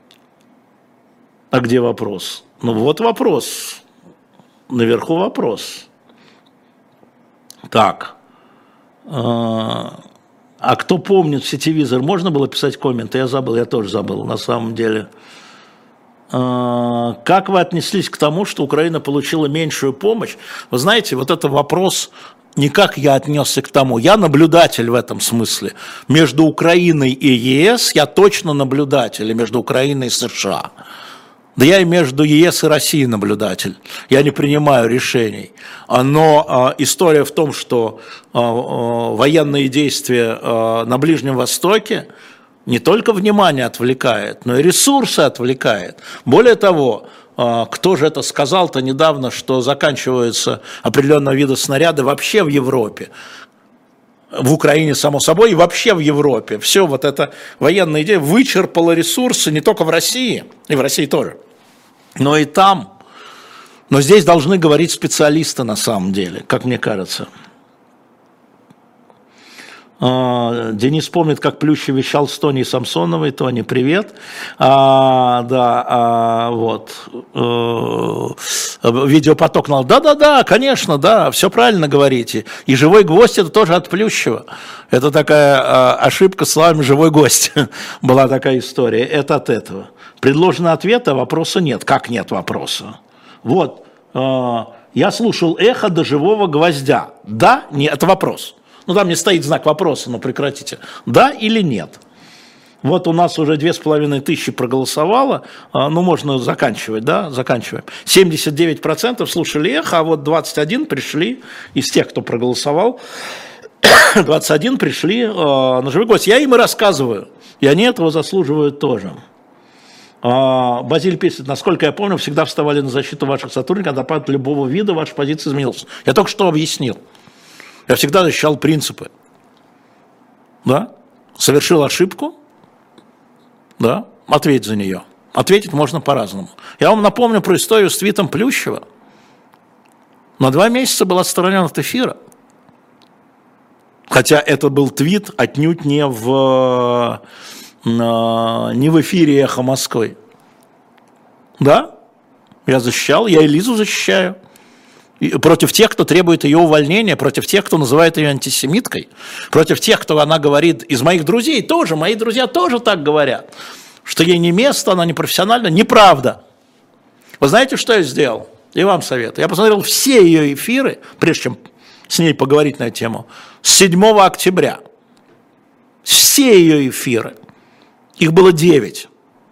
а где вопрос? Ну вот вопрос. Наверху вопрос. Так. А... А кто помнит сетевизор, можно было писать комменты? Я забыл, я тоже забыл, на самом деле. Как вы отнеслись к тому, что Украина получила меньшую помощь? Вы знаете, вот это вопрос, не как я отнесся к тому. Я наблюдатель в этом смысле. Между Украиной и ЕС я точно наблюдатель, и между Украиной и США. Да я и между ЕС и Россией наблюдатель. Я не принимаю решений. Но э, история в том, что э, э, военные действия э, на Ближнем Востоке не только внимание отвлекает, но и ресурсы отвлекает. Более того, э, кто же это сказал-то недавно, что заканчиваются определенного вида снаряды вообще в Европе? В Украине, само собой, и вообще в Европе. Все вот эта военная идея вычерпала ресурсы не только в России, и в России тоже, но и там. Но здесь должны говорить специалисты на самом деле, как мне кажется. Денис помнит, как Плющев вещал с Тони Самсоновой. Тони, привет. А, да, а, вот. Видеопоток. Да-да-да, конечно, да, все правильно говорите. И «Живой гвоздь» это тоже от Плющева. Это такая а, ошибка с словами «живой гость». Была такая история. Это от этого. Предложены ответы, а вопроса нет. Как нет вопроса? Вот. А, я слушал «Эхо» до «Живого гвоздя». Да? Нет, это вопрос. Ну, там не стоит знак вопроса, но прекратите. Да или нет? Вот у нас уже две с половиной тысячи проголосовало, ну, можно заканчивать, да, заканчиваем. семьдесят девять процентов слушали «Эхо», а вот двадцать один пришли из тех, кто проголосовал, двадцать один пришли на «Живой гость». Я им и рассказываю, и они этого заслуживают тоже. Базиль пишет, насколько я помню, всегда вставали на защиту ваших сотрудников, а напад любого вида ваша позиция изменилась. Я только что объяснил. Я всегда защищал принципы. Да? Совершил ошибку, да? Ответь за нее. Ответить можно по-разному. Я вам напомню про историю с твитом Плющева. На два месяца был отстранен от эфира. Хотя это был твит отнюдь не в, не в эфире «Эхо Москвы». Да? Я защищал, я и Лизу защищаю. Против тех, кто требует ее увольнения, против тех, кто называет ее антисемиткой, против тех, кто она говорит, из моих друзей тоже, мои друзья тоже так говорят, что ей не место, она непрофессиональна. Неправда. Вы знаете, что я сделал? И вам советую. Я посмотрел все ее эфиры, прежде чем с ней поговорить на эту тему, с седьмого октября. Все ее эфиры. Их было девять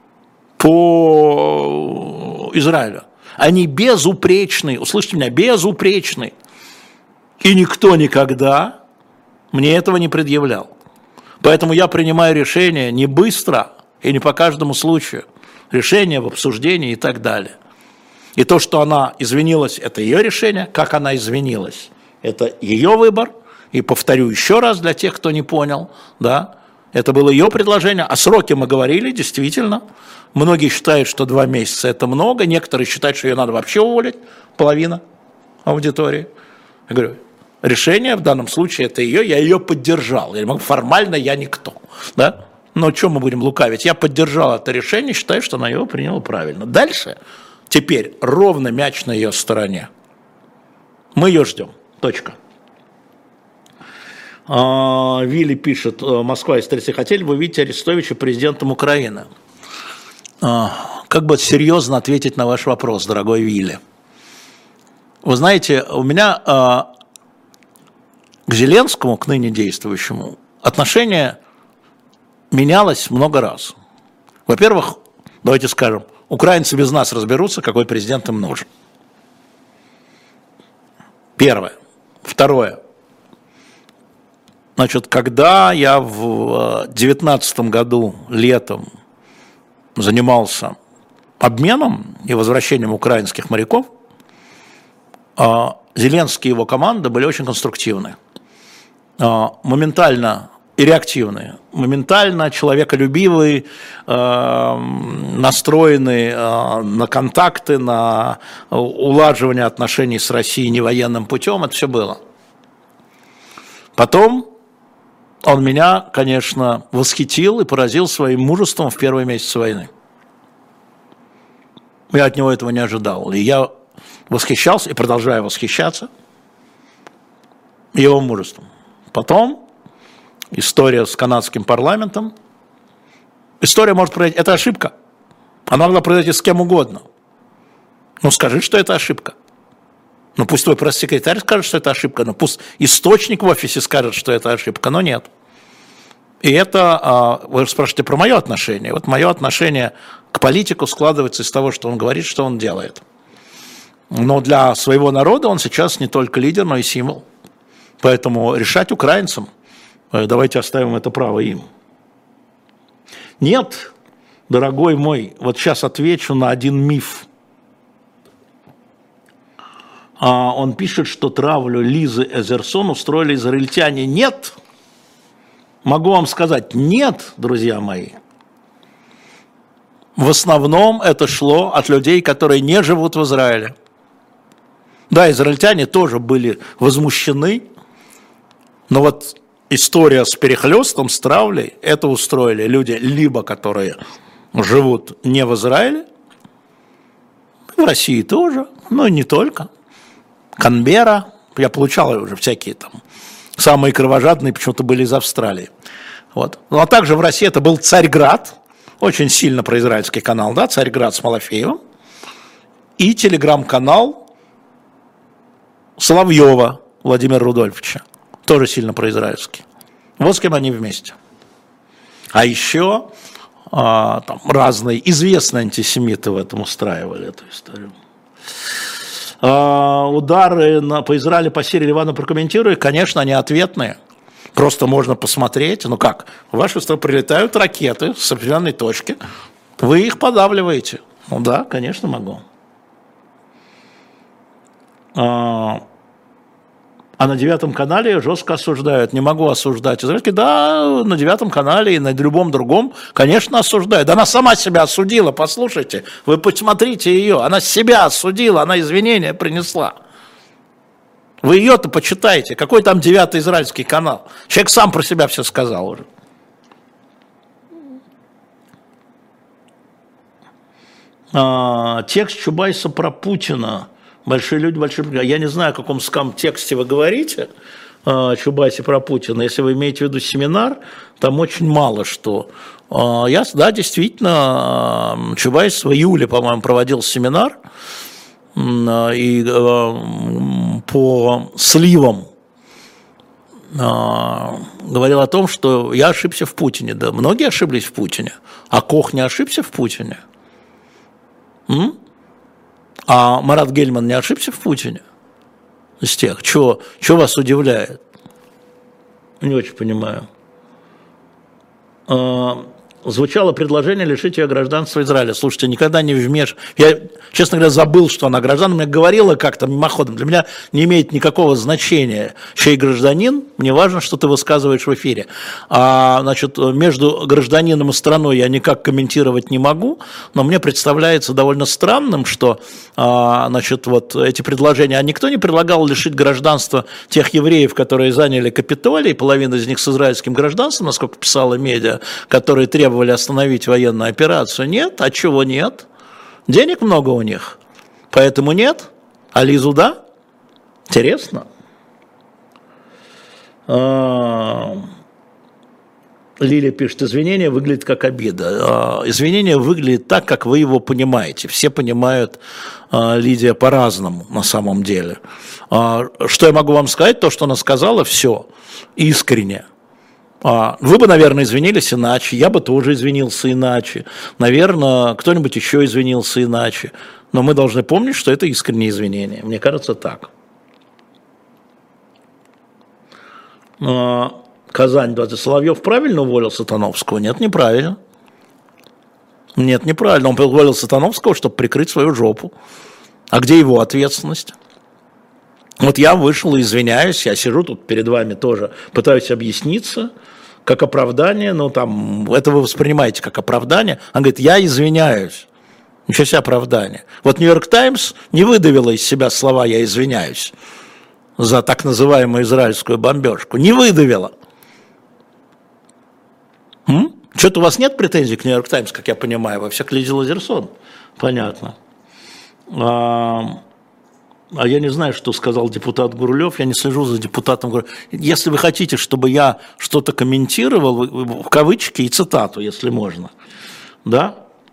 по Израилю. Они безупречны, услышьте меня, безупречны. И никто никогда мне этого не предъявлял. Поэтому я принимаю решение не быстро и не по каждому случаю. Решение в обсуждении и так далее. И то, что она извинилась, это ее решение. Как она извинилась, это ее выбор. И повторю еще раз для тех, кто не понял, да, это было ее предложение. О сроке мы говорили, действительно. Многие считают, что два месяца это много. Некоторые считают, что ее надо вообще уволить. Половина аудитории. Я говорю, решение в данном случае это ее. Я ее поддержал. Я могу, формально я никто. Да? Но что мы будем лукавить? Я поддержал это решение, считаю, что она его приняла правильно. Дальше, теперь ровно мяч на ее стороне. Мы ее ждем. Точка. Вилли пишет, Москва, если хотели бы видеть Арестовича президентом Украины. Как бы серьезно ответить на ваш вопрос, дорогой Вилли? Вы знаете, у меня к Зеленскому, к ныне действующему, отношение менялось много раз. Во-первых, давайте скажем, украинцы без нас разберутся, какой президент им нужен. Первое. Второе. Значит, когда я в девятнадцатом году летом занимался обменом и возвращением украинских моряков, Зеленский и его команда были очень конструктивны, моментально и реактивные, моментально человеколюбивые, настроенные на контакты, на улаживание отношений с Россией не военным путем, это все было. Потом он меня, конечно, восхитил и поразил своим мужеством в первый месяц войны. Я от него этого не ожидал. И я восхищался и продолжаю восхищаться его мужеством. Потом история с канадским парламентом. История может произойти, это ошибка. Она могла произойти с кем угодно. Ну, скажи, что это ошибка. Ну, пусть твой пресс-секретарь скажет, что это ошибка, но пусть источник в офисе скажет, что это ошибка, но нет. И это, вы спрашиваете про мое отношение. Вот мое отношение к политику складывается из того, что он говорит, что он делает. Но для своего народа он сейчас не только лидер, но и символ. Поэтому решать украинцам, давайте оставим это право им. Нет, дорогой мой, вот сейчас отвечу на один миф. Он пишет, что травлю Лизы Эзерсон устроили израильтяне. Нет, могу вам сказать, нет, друзья мои. В основном это шло от людей, которые не живут в Израиле. Да, израильтяне тоже были возмущены, но вот история с перехлестом, с травлей, это устроили люди, либо которые живут не в Израиле, в России тоже, но и не только. Канберра, я получал уже всякие там, самые кровожадные почему-то были из Австралии. Вот. Ну, а также в России это был Царьград, очень сильно произраильский канал, да, Царьград с Малафеевым, и телеграм-канал Соловьева Владимира Рудольфовича, тоже сильно произраильский. Вот с кем они вместе. А еще а, там разные известные антисемиты в этом устраивали эту историю. А, удары на, по Израилю, по Сирии, Ливану прокомментирую, конечно, они ответные. Просто можно посмотреть, ну как, в вашу страну прилетают ракеты с определенной точки, вы их подавливаете. Ну да, конечно, могу. А, а на девятом канале жестко осуждают. Не могу осуждать. Израильский, да, на девятом канале и на любом другом, конечно, осуждают. Да она сама себя осудила, послушайте. Вы посмотрите ее. Она себя осудила, она извинения принесла. Вы ее-то почитайте. Какой там девятый израильский канал? Человек сам про себя все сказал уже. А, текст Чубайса про Путина. Большие люди, большие... Я не знаю, о каком скам-тексте вы говорите, Чубайсе про Путина. Если вы имеете в виду семинар, там очень мало что. Я, да, действительно, Чубайс в июле, по-моему, проводил семинар, и по сливам говорил о том, что я ошибся в Путине. Да, многие ошиблись в Путине. А Кох не ошибся в Путине? М? А Марат Гельман не ошибся в Путине? Из тех, что вас удивляет? Не очень понимаю. А, звучало предложение лишить ее гражданства Израиля. Слушайте, никогда не вмеш... Я, честно говоря, забыл, что она гражданка. Мне говорила как-то мимоходом. Для меня не имеет никакого значения, чей гражданин. Мне важно, что ты высказываешь в эфире. А, значит, между гражданином и страной я никак комментировать не могу, но мне представляется довольно странным, что а, значит, вот эти предложения... А никто не предлагал лишить гражданства тех евреев, которые заняли Капитолий, половина из них с израильским гражданством, насколько писала медиа, которые требовали остановить военную операцию. Нет? А чего нет? Денег много у них, поэтому нет. А Лизу да? Интересно. Лилия пишет, извинение выглядит как обида. Извинение выглядит так, как вы его понимаете. Все понимают, Лидия, по-разному на самом деле. Что я могу вам сказать? То, что она сказала, все искренне. Вы бы, наверное, извинились иначе, я бы тоже извинился иначе, наверное, кто-нибудь еще извинился иначе, но мы должны помнить, что это искренние извинения, мне кажется, так. Казань, двадцать. Соловьев правильно уволил Сатановского? Нет, неправильно. Нет, неправильно, он уволил Сатановского, чтобы прикрыть свою жопу. А где его ответственность? Вот я вышел и извиняюсь, я сижу тут перед вами тоже, пытаюсь объясниться, как оправдание, ну там, это вы воспринимаете как оправдание. Он говорит, я извиняюсь. Ничего себе оправдание. Вот Нью-Йорк Таймс не выдавила из себя слова «я извиняюсь» за так называемую израильскую бомбежку. Не выдавила. М? Что-то у вас нет претензий к Нью-Йорк Таймс, как я понимаю, во всех Лизе Лазерсон. Понятно. А я не знаю, что сказал депутат Гурлев, я не слежу за депутатом Гурлев. Если вы хотите, чтобы я что-то комментировал, в кавычки и цитату, если можно, да?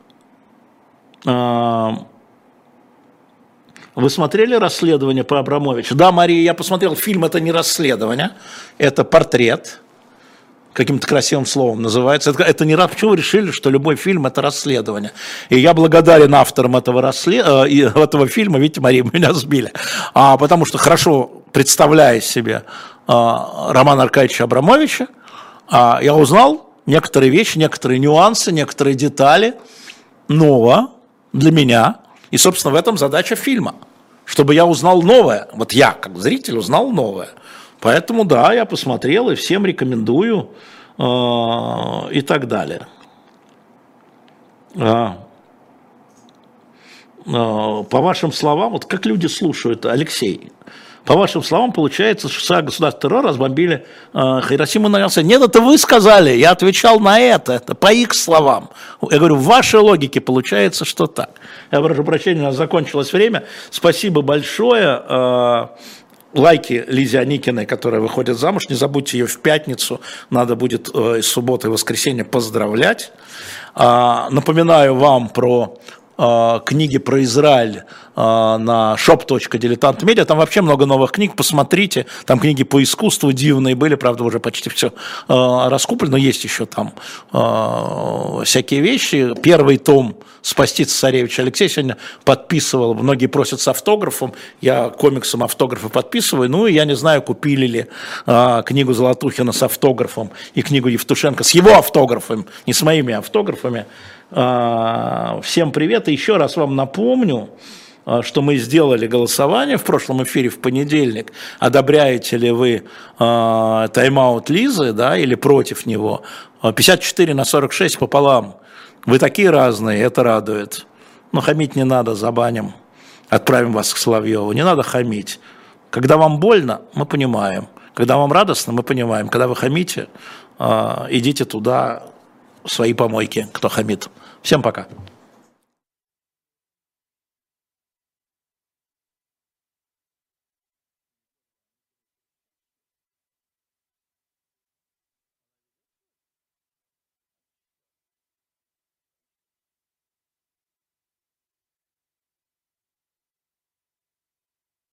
Вы смотрели расследование по Абрамовичу? Да, Мария, я посмотрел, фильм это не расследование, это портрет, каким-то красивым словом называется. Это, это не раз. Почему вы решили, что любой фильм это расследование? И я благодарен авторам этого, расслед... этого фильма, видите, Мария, меня сбили, а, потому что хорошо представляя себе а, Романа Аркадьевича Абрамовича, а, я узнал некоторые вещи, некоторые нюансы, некоторые детали нового для меня. И, собственно, в этом задача фильма, чтобы я узнал новое. Вот я, как зритель, узнал новое. Поэтому, да, я посмотрел и всем рекомендую э, и так далее. А, э, по вашим словам, вот как люди слушают, Алексей, по вашим словам, получается, что США государств террора разбомбили э, Хиросиму и Нагасаки. Нет, это вы сказали, я отвечал на это, это по их словам. Я говорю, в вашей логике получается, что так. Я прошу прощения, у нас закончилось время. Спасибо большое. Э, Лайки Лизе Аникиной, которая выходит замуж. Не забудьте ее в пятницу. Надо будет э, из субботы и воскресенья поздравлять. А, напоминаю вам про э, книги про Израиль э, на shop точка diletant точка media. Там вообще много новых книг. Посмотрите. Там книги по искусству дивные были. Правда, уже почти все э, раскуплено. Есть еще там э, всякие вещи. Первый том «Спасти цесаревича» Алексей сегодня подписывал, многие просят с автографом, я комиксом автографы подписываю, ну и я не знаю, купили ли а, книгу Золотухина с автографом и книгу Евтушенко с его автографом, не с моими автографами. А, всем привет, и еще раз вам напомню, что мы сделали голосование в прошлом эфире в понедельник, одобряете ли вы а, тайм-аут Лизы, да, или против него, пятьдесят четыре на сорок шесть пополам. Вы такие разные, это радует. Но хамить не надо, забаним. Отправим вас к Соловьеву. Не надо хамить. Когда вам больно, мы понимаем. Когда вам радостно, мы понимаем. Когда вы хамите, идите туда, в свои помойки, кто хамит. Всем пока.